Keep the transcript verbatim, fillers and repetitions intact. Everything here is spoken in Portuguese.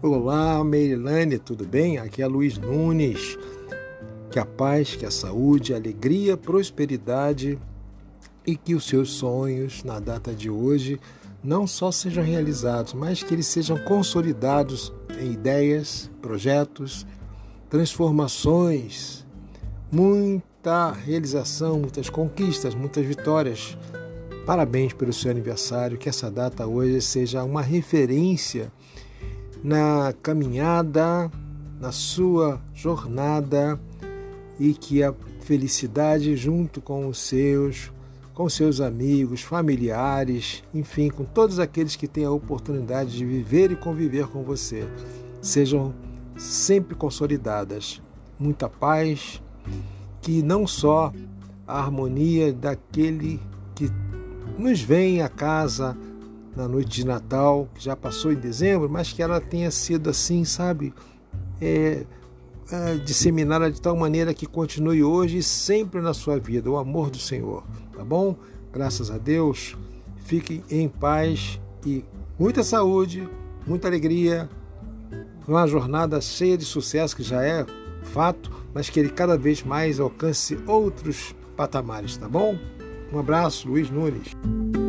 Olá, Meilane, tudo bem? Aqui é Luiz Nunes. Que a paz, que a saúde, a alegria, a prosperidade e que os seus sonhos na data de hoje não só sejam realizados, mas que eles sejam consolidados em ideias, projetos, transformações, muita realização, muitas conquistas, muitas vitórias. Parabéns pelo seu aniversário, que essa data hoje seja uma referência na caminhada, na sua jornada, e que a felicidade junto com os seus, com seus amigos, familiares, enfim, com todos aqueles que têm a oportunidade de viver e conviver com você, sejam sempre consolidadas. Muita paz, que não só a harmonia daquele que nos vem à casa na noite de Natal, que já passou em dezembro, mas que ela tenha sido assim, sabe, é, é, disseminada de tal maneira que continue hoje e sempre na sua vida, o amor do Senhor, tá bom? Graças a Deus, fiquem em paz e muita saúde, muita alegria, uma jornada cheia de sucesso, que já é fato, mas que ele cada vez mais alcance outros patamares, tá bom? Um abraço, Luiz Nunes.